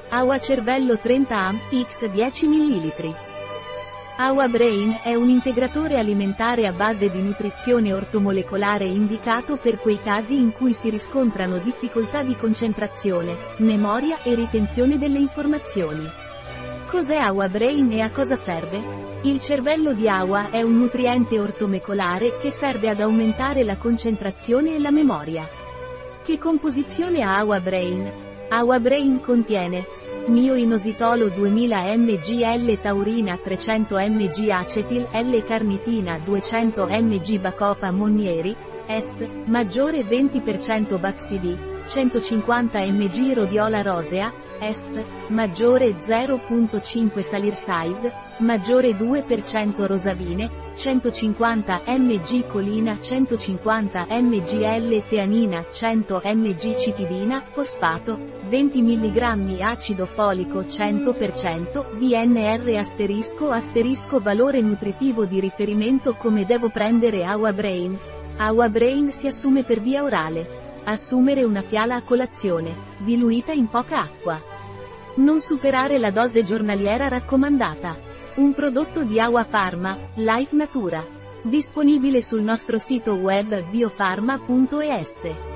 Aua Cervello 30 Am, X 10 ml. Aua Brain è un integratore alimentare a base di nutrizione ortomolecolare indicato per quei casi in cui si riscontrano difficoltà di concentrazione, memoria e ritenzione delle informazioni. Cos'è Aua Brain e a cosa serve? Il cervello di Aua è un nutriente ortomolecolare che serve ad aumentare la concentrazione e la memoria. Che composizione ha Aua Brain? Aua Brain contiene mio-inositolo 2000 mg L-taurina 300 mg acetil L-carnitina 200 mg Bacopa Monnieri, est, maggiore 20% Baxidi, 150 mg Rhodiola rosea, est, maggiore 0,5 Salirside, maggiore 2% Rosavine, 150 mg colina 150 mg L-teanina 100 mg citidina, fosfato, 20 mg acido folico 100%, VNR*** valore nutritivo di riferimento. Come devo prendere Aua Brain? Aua Brain si assume per via orale. Assumere una fiala a colazione, diluita in poca acqua. Non superare la dose giornaliera raccomandata. Un prodotto di Aua Pharma, Life Natura. Disponibile sul nostro sito web biofarma.es.